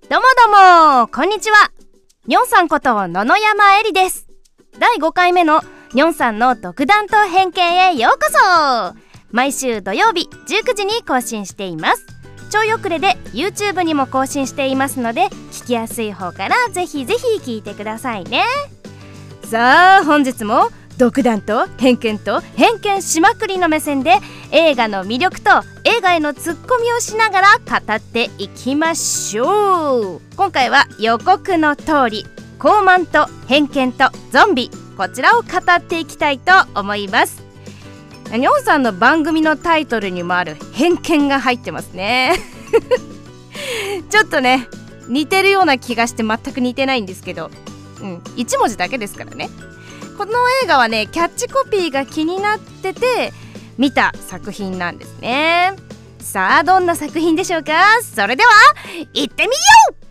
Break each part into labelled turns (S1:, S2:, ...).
S1: どうもこんにちは。にょんさんこと野々山えりです。第5回目のにょんさんの独断と偏見へようこそ。毎週土曜日19時に更新しています。ちょい遅れで YouTube にも更新していますので、聞きやすい方からぜひぜひ聞いてくださいね。さあ本日も独断と偏見しまくりの目線で映画の魅力と映画へのツッコミをしながら語っていきましょう。今回は予告の通り、高慢と偏見とゾンビ、こちらを語っていきたいと思います。にょんさんの番組のタイトルにもある偏見が入ってますねちょっとね似てるような気がして全く似てないんですけど、1文字だけですからね。この映画はね、キャッチコピーが気になってて見た作品なんですね。さあどんな作品でしょうか。それでは行ってみよう。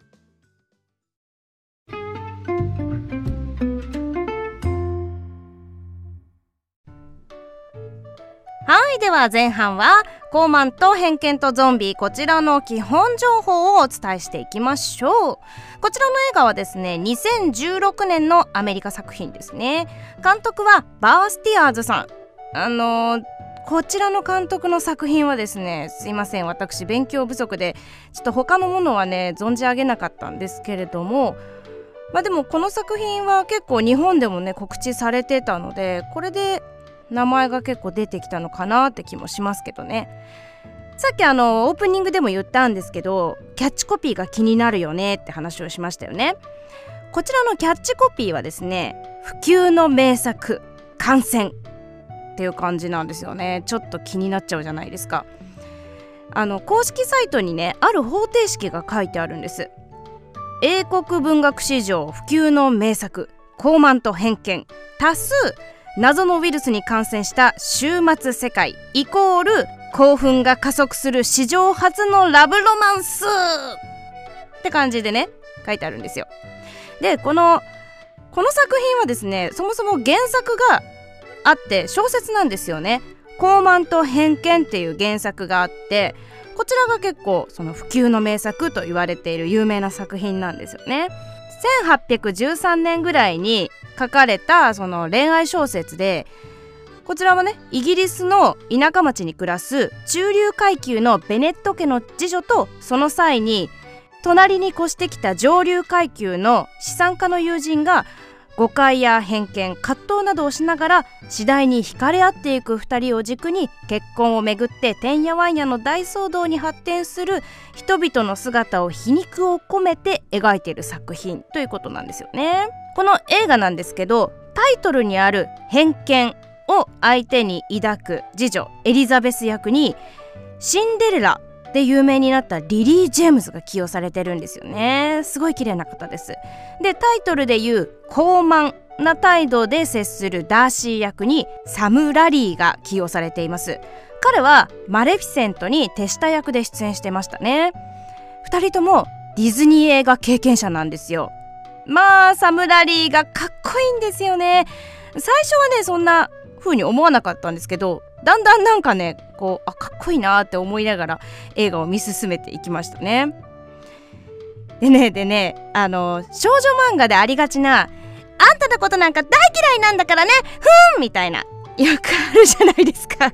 S1: はい、では前半は高慢と偏見とゾンビ、こちらの基本情報をお伝えしていきましょう。こちらの映画はですね、2016年のアメリカ作品ですね。監督はバースティアーズさん。こちらの監督の作品はですね、すいません、私勉強不足でちょっと他のものはね存じ上げなかったんですけれども、でもこの作品は結構日本でもね告知されてたので、これで名前が結構出てきたのかなって気もしますけどね。さっきオープニングでも言ったんですけど、キャッチコピーが気になるよねって話をしましたよね。こちらのキャッチコピーはですね、不朽の名作感染っていう感じなんですよね。ちょっと気になっちゃうじゃないですか。公式サイトにねある方程式が書いてあるんです。英国文学史上不朽の名作高慢と偏見足す謎のウイルスに感染した終末世界イコール興奮が加速する史上初のラブロマンスって感じでね書いてあるんですよ。でこの作品はですね、そもそも原作があって小説なんですよね。高慢と偏見っていう原作があって、こちらが結構その不朽の名作と言われている有名な作品なんですよね。1813年ぐらいに書かれたその恋愛小説で、こちらはねイギリスの田舎町に暮らす中流階級のベネット家の次女と、その際に隣に越してきた上流階級の資産家の友人が誤解や偏見葛藤などをしながら次第に惹かれ合っていく2人を軸に、結婚をめぐっててんやわんやの大騒動に発展する人々の姿を皮肉を込めて描いている作品ということなんですよね。この映画なんですけど、タイトルにある偏見を相手に抱く次女エリザベス役にシンデレラで有名になったリリー・ジェームズが起用されてるんですよね。すごい綺麗な方です。でタイトルでいう高慢な態度で接するダーシー役にサム・ラリーが起用されています。彼はマレフィセントに手下役で出演してましたね。2人ともディズニー映画経験者なんですよ。サム・ラリーがかっこいいんですよね。最初はねそんな風に思わなかったんですけど、だんだんなんかねかっこいいなって思いながら映画を見進めていきましたね。でね少女漫画でありがちな、あんたのことなんか大嫌いなんだからねふんみたいな、よくあるじゃないですか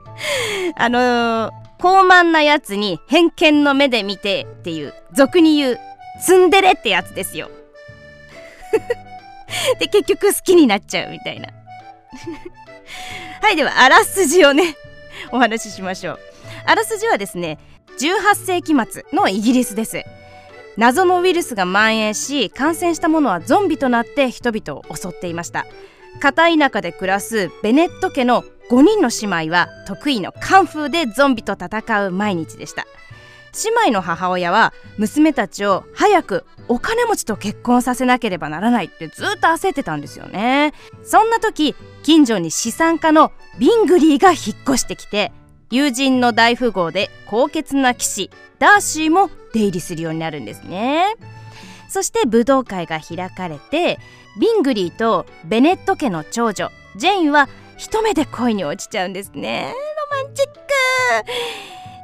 S1: 高慢なやつに偏見の目で見てっていう、俗に言うツンデレってやつですよで結局好きになっちゃうみたいなはい、ではあらすじをねお話ししましょう。あらすじはですね、18世紀末のイギリスです。謎のウイルスが蔓延し、感染したものはゾンビとなって人々を襲っていました。片田舎で暮らすベネット家の5人の姉妹は得意のカンフーでゾンビと戦う毎日でした。姉妹の母親は娘たちを早くお金持ちと結婚させなければならないってずっと焦ってたんですよね。そんな時、近所に資産家のビングリーが引っ越してきて、友人の大富豪で高潔な騎士ダーシーも出入りするようになるんですね。そして武道会が開かれて、ビングリーとベネット家の長女ジェインは一目で恋に落ちちゃうんですね。ロマンチック。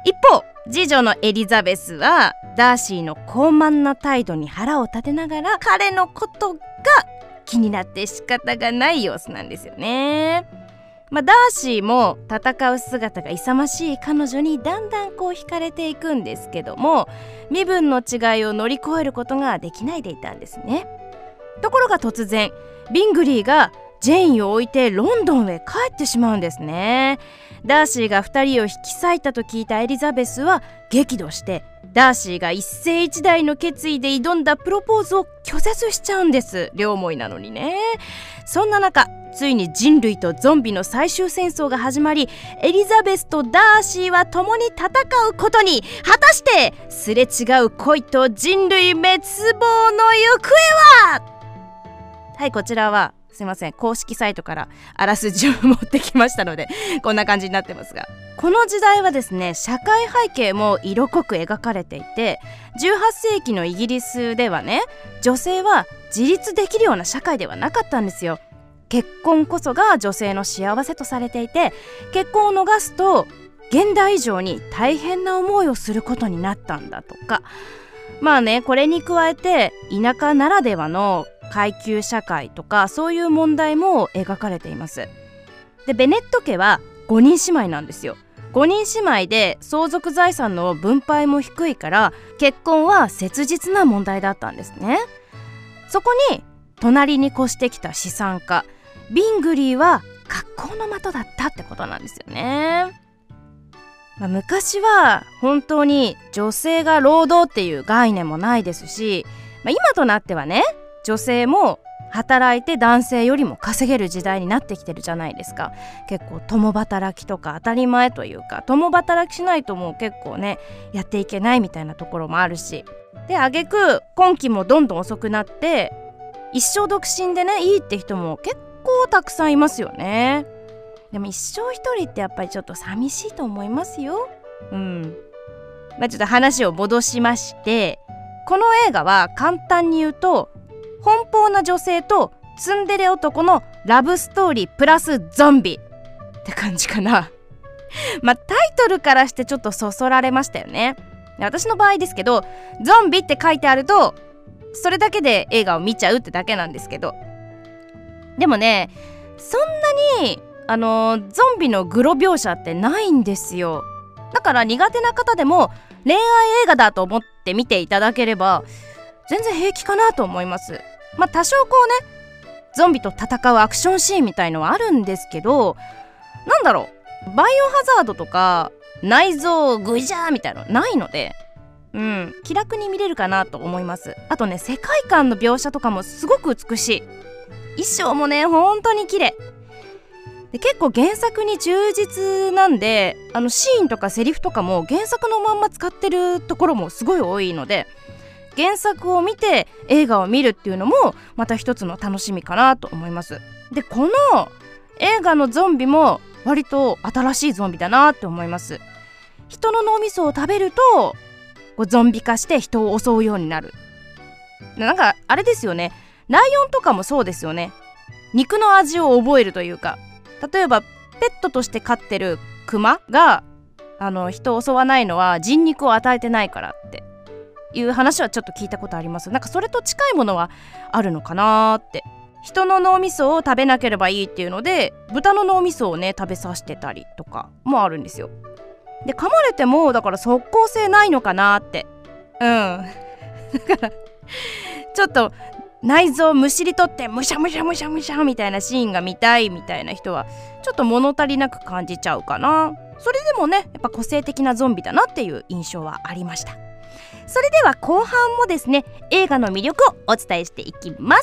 S1: 一方次女のエリザベスはダーシーの高慢な態度に腹を立てながら彼のことが気になって仕方がない様子なんですよね。ダーシーも戦う姿が勇ましい彼女にだんだん惹かれていくんですけども、身分の違いを乗り越えることができないでいたんですね。ところが突然ビングリーがジェインを置いてロンドンへ帰ってしまうんですね。ダーシーが2人を引き裂いたと聞いたエリザベスは激怒して、ダーシーが一世一代の決意で挑んだプロポーズを拒絶しちゃうんです。両思いなのにね。そんな中ついに人類とゾンビの最終戦争が始まり、エリザベスとダーシーは共に戦うことに。果たしてすれ違う恋と人類滅亡の行方は。はい、こちらはすいません、公式サイトからあらすじを持ってきましたのでこんな感じになってますが、この時代はですね、社会背景も色濃く描かれていて、18世紀のイギリスではね、女性は自立できるような社会ではなかったんですよ。結婚こそが女性の幸せとされていて、結婚を逃すと現代以上に大変な思いをすることになったんだとか、これに加えて田舎ならではの階級社会とかそういう問題も描かれています。でベネット家は5人姉妹なんですよ。5人姉妹で相続財産の分配も低いから結婚は切実な問題だったんですね。そこに隣に越してきた資産家ビングリーは格好の的だったってことなんですよね。昔は本当に女性が労働っていう概念もないですし、今となってはね、女性も働いて男性よりも稼げる時代になってきてるじゃないですか。結構共働きとか当たり前というか、共働きしないともう結構ねやっていけないみたいなところもあるし、で挙句婚期もどんどん遅くなって一生独身でねいいって人も結構たくさんいますよね。でも一生一人ってやっぱりちょっと寂しいと思いますよ。ちょっと話を戻しまして、この映画は簡単に言うと奔放な女性とツンデレ男のラブストーリープラスゾンビって感じかな。タイトルからしてちょっとそそられましたよね。私の場合ですけど、ゾンビって書いてあるとそれだけで映画を見ちゃうってだけなんですけど、でもね、そんなにゾンビのグロ描写ってないんですよ。だから苦手な方でも恋愛映画だと思って見ていただければ全然平気かなと思います。多少ゾンビと戦うアクションシーンみたいのはあるんですけど、バイオハザードとか内臓グイジャーみたいなのないので、気楽に見れるかなと思います。あとね、世界観の描写とかもすごく美しい。衣装もね本当に綺麗で、結構原作に忠実なんで、シーンとかセリフとかも原作のまんま使ってるところもすごい多いので、原作を見て映画を見るっていうのもまた一つの楽しみかなと思います。でこの映画のゾンビも割と新しいゾンビだなって思います。人の脳みそを食べるとゾンビ化して人を襲うようになる。あれですよね、ライオンとかもそうですよね。肉の味を覚えるというか、例えばペットとして飼ってるクマが人を襲わないのは人肉を与えてないからっていう話はちょっと聞いたことあります。それと近いものはあるのかなって。人の脳みそを食べなければいいっていうので豚の脳みそをね食べさせてたりとかもあるんですよ。で噛まれてもだから即効性ないのかなって。だからちょっと内臓をむしり取ってむしゃむしゃむしゃむしゃみたいなシーンが見たいみたいな人はちょっと物足りなく感じちゃうかな。それでもねやっぱ個性的なゾンビだなっていう印象はありました。それでは後半もですね映画の魅力をお伝えしていきます。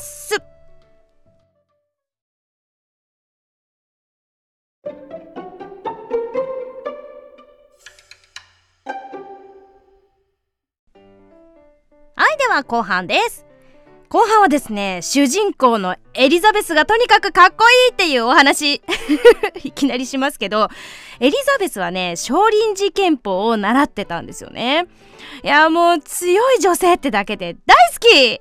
S1: はい、では後半です。後半はですね、主人公のエリザベスがとにかくかっこいいっていうお話いきなりしますけど、エリザベスはね少林寺拳法を習ってたんですよね。いやもう強い女性ってだけで大好き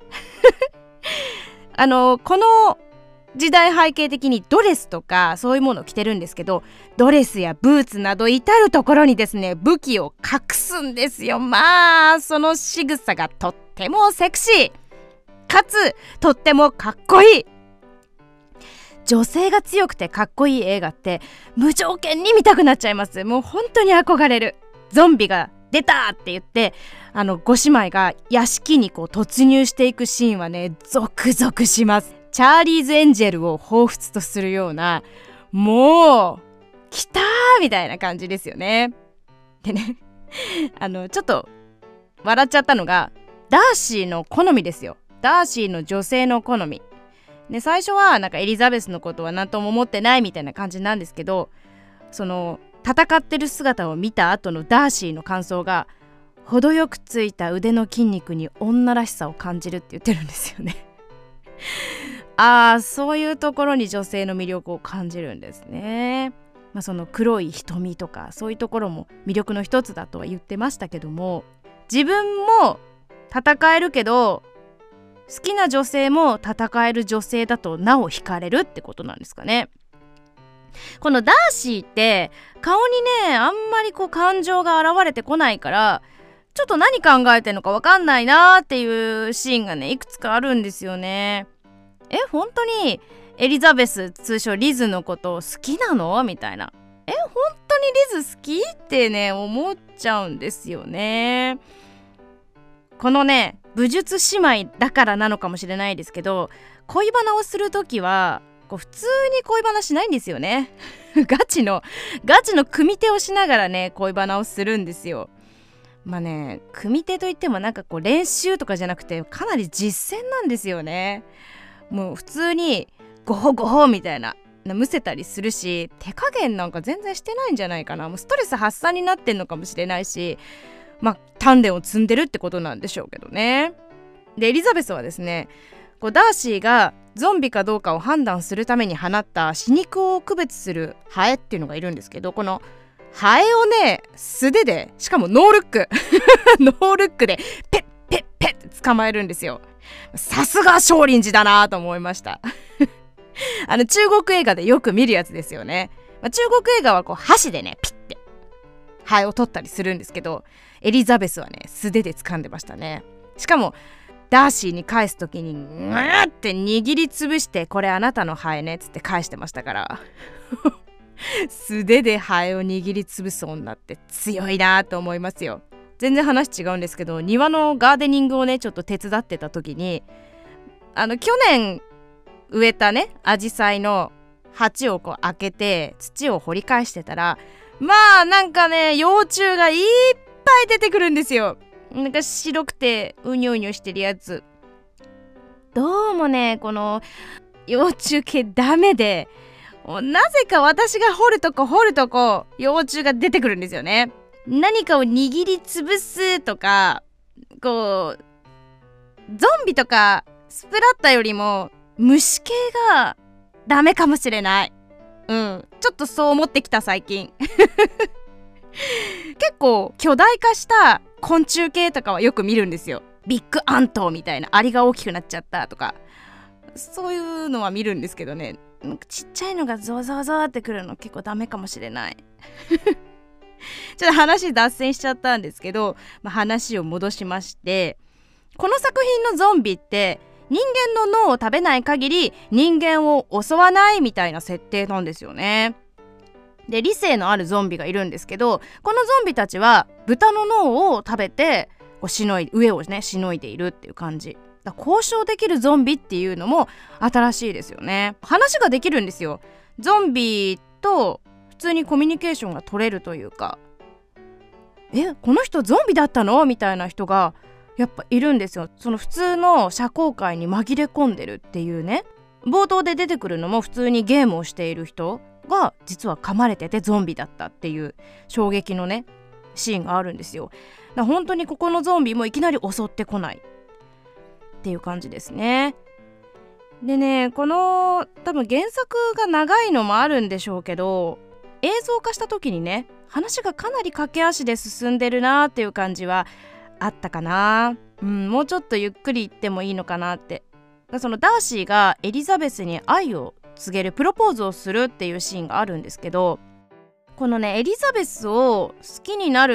S1: この時代背景的にドレスとかそういうものを着てるんですけど、ドレスやブーツなど至る所にですね武器を隠すんですよ。まあその仕草がとってもセクシーかつとってもかっこいい。女性が強くてかっこいい映画って無条件に見たくなっちゃいます。もう本当に憧れる。ゾンビが出たって言ってご姉妹が屋敷にこう突入していくシーンはねゾクゾクします。チャーリーズ・エンジェルを彷彿とするような、もう来たーみたいな感じですよね。でねちょっと笑っちゃったのがダーシーの好みですよ。ダーシーの女性の好みで、最初はなんかエリザベスのことは何とも思ってないみたいな感じなんですけど、その戦ってる姿を見た後のダーシーの感想が、程よくついた腕の筋肉に女らしさを感じるって言ってるんですよねそういうところに女性の魅力を感じるんですね。その黒い瞳とかそういうところも魅力の一つだとは言ってましたけども、自分も戦えるけど好きな女性も戦える女性だとなお惹かれるってことなんですかね。このダーシーって顔にねあんまりこう感情が現れてこないから、ちょっと何考えてんのか分かんないなーっていうシーンがねいくつかあるんですよね。本当にエリザベス通称リズのこと好きなのみたいな、本当にリズ好きってね思っちゃうんですよね。このね武術姉妹だからなのかもしれないですけど、恋バナをするときはこう普通に恋バナしないんですよねガチの組手をしながらね恋バナをするんですよ。組手といってもなんかこう練習とかじゃなくてかなり実践なんですよね。もう普通にゴホゴホみたいなむせたりするし、手加減なんか全然してないんじゃないかな。もうストレス発散になってんのかもしれないし、鍛錬を積んでるってことなんでしょうけどね。でエリザベスはですね、こうダーシーがゾンビかどうかを判断するために放った死肉を区別するハエっていうのがいるんですけど、このハエをね素手で、しかもノールックノールックでペッペッペッって捕まえるんですよ。さすが少林寺だなと思いました中国映画でよく見るやつですよね。中国映画はこう箸でねピッてハエを取ったりするんですけど、エリザベスはね素手で掴んでましたね。しかもダーシーに返す時にグーって握りつぶして、これあなたのハエねっつって返してましたから素手でハエを握りつぶす女って強いなと思いますよ。全然話違うんですけど、庭のガーデニングをねちょっと手伝ってた時に去年植えたねアジサイの鉢をこう開けて土を掘り返してたら、なんかね幼虫がいっぱい出てくるんですよ。なんか白くてうにょうにょしてるやつ。どうもねこの幼虫系ダメで、なぜか私が掘るとこ幼虫が出てくるんですよね。何かを握りつぶすとか、こうゾンビとかスプラッタよりも虫系がダメかもしれない。ちょっとそう思ってきた最近結構巨大化した昆虫系とかはよく見るんですよ。ビッグアントみたいな、アリが大きくなっちゃったとか、そういうのは見るんですけどね、なんかちっちゃいのがゾワゾワゾワってくるの結構ダメかもしれないちょっと話脱線しちゃったんですけど、話を戻しまして、この作品のゾンビって人間の脳を食べない限り人間を襲わないみたいな設定なんですよね。で理性のあるゾンビがいるんですけど、このゾンビたちは豚の脳を食べてこう上をねしのいでいるっていう感じだ。交渉できるゾンビっていうのも新しいですよね。話ができるんですよ。ゾンビと普通にコミュニケーションが取れるというか、この人ゾンビだったのみたいな人がやっぱいるんですよ。その普通の社交界に紛れ込んでるっていうね。冒頭で出てくるのも普通にゲームをしている人が実は噛まれててゾンビだったっていう衝撃のねシーンがあるんですよ。だから本当にここのゾンビもいきなり襲ってこないっていう感じですね。でね、この多分原作が長いのもあるんでしょうけど、映像化した時にね話がかなり駆け足で進んでるなっていう感じはあったかな。もうちょっとゆっくり言ってもいいのかなって。そのダーシーがエリザベスに愛を告げるプロポーズをするっていうシーンがあるんですけど、このねエリザベスを好きになる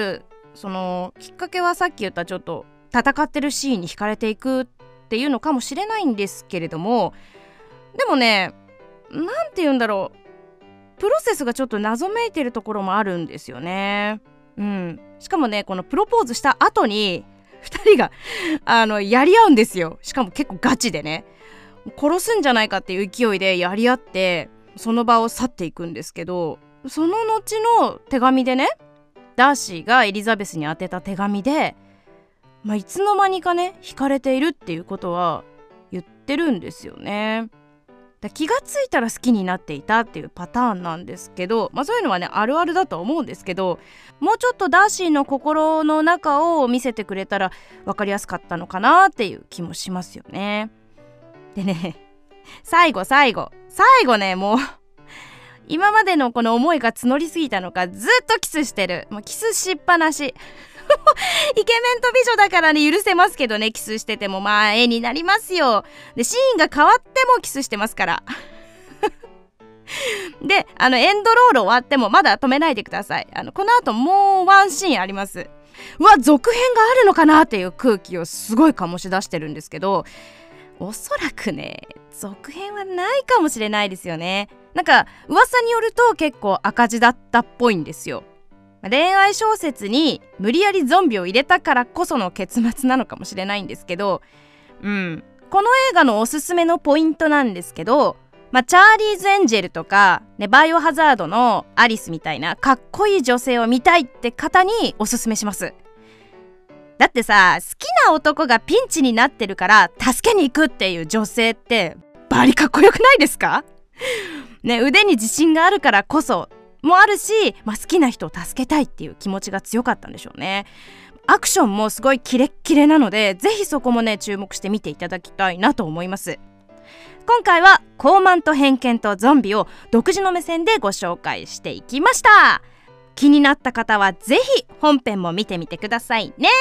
S1: そのきっかけはさっき言ったちょっと戦ってるシーンに惹かれていくっていうのかもしれないんですけれども、でもね、なんて言うんだろう、プロセスがちょっと謎めいてるところもあるんですよね。しかもね、このプロポーズした後に2人がやり合うんですよ。しかも結構ガチでね、殺すんじゃないかっていう勢いでやり合ってその場を去っていくんですけど、その後の手紙でね、ダーシーがエリザベスに宛てた手紙で、いつの間にかね惹かれているっていうことは言ってるんですよね。気がついたら好きになっていたっていうパターンなんですけど、そういうのはねあるあるだと思うんですけど、もうちょっとダーシーの心の中を見せてくれたら分かりやすかったのかなっていう気もしますよね。でね、最後ね、もう今までのこの思いが募りすぎたのか、ずっとキスしてる。もうキスしっぱなしイケメンと美女だからね許せますけどね、キスしてても絵になりますよ。でシーンが変わってもキスしてますからでエンドロール終わってもまだ止めないでください。この後もうワンシーンあります。続編があるのかなっていう空気をすごい醸し出してるんですけど、おそらくね続編はないかもしれないですよね。なんか噂によると結構赤字だったっぽいんですよ。恋愛小説に無理やりゾンビを入れたからこその結末なのかもしれないんですけど、この映画のおすすめのポイントなんですけど、チャーリーズ・エンジェルとか、バイオハザードのアリスみたいなかっこいい女性を見たいって方におすすめします。だってさ、好きな男がピンチになってるから助けに行くっていう女性ってバリかっこよくないですか腕に自信があるからこそもあるし、好きな人を助けたいっていう気持ちが強かったんでしょうね。アクションもすごいキレッキレなので、ぜひそこもね注目して見ていただきたいなと思います。今回は高慢と偏見とゾンビを独自の目線でご紹介していきました。気になった方はぜひ本編も見てみてくださいね。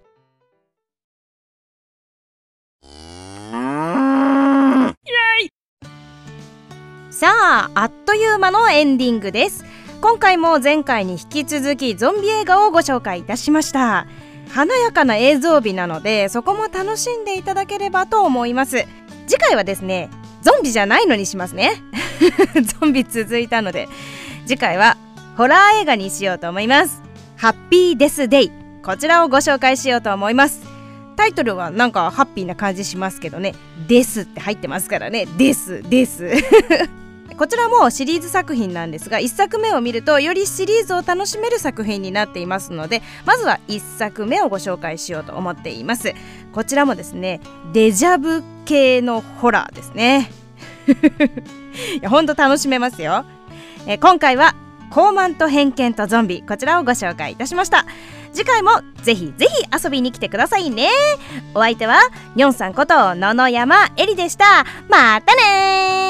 S1: さあ、あっという間のエンディングです。今回も前回に引き続きゾンビ映画をご紹介いたしました。華やかな映像美なので、そこも楽しんでいただければと思います。次回はですね、ゾンビじゃないのにしますねゾンビ続いたので、次回はホラー映画にしようと思います。ハッピーデスデイ、こちらをご紹介しようと思います。タイトルはなんかハッピーな感じしますけどね、ですって入ってますからね、ですこちらもシリーズ作品なんですが、1作目を見るとよりシリーズを楽しめる作品になっていますので、まずは1作目をご紹介しようと思っています。こちらもですね、デジャブ系のホラーですねいや、ほんと楽しめますよ。今回は高慢と偏見とゾンビ、こちらをご紹介いたしました。次回もぜひぜひ遊びに来てくださいね。お相手はニョンさんこと野々山えりでした。またねー。